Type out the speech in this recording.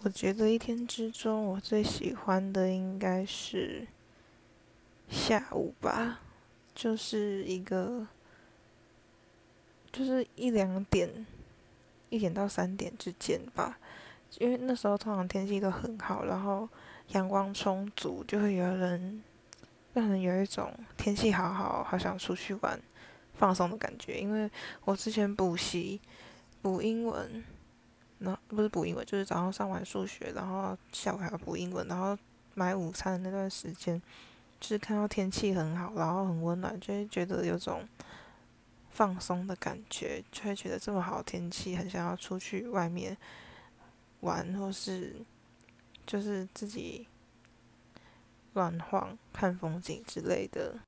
我觉得一天之中，我最喜欢的应该是下午吧，就是一个就是1、2点，1点到3点之间吧。因为那时候通常天气都很好，然后阳光充足，就会让人有一种天气好好，好想出去玩、放松的感觉。因为我之前补习补英文，那不是补英文，就是早上上完数学，然后下午还要补英文，然后买午餐的那段时间，就是看到天气很好，然后很温暖，就会觉得有种放松的感觉，就会觉得这么好的天气，很想要出去外面玩，或是就是自己乱晃、看风景之类的。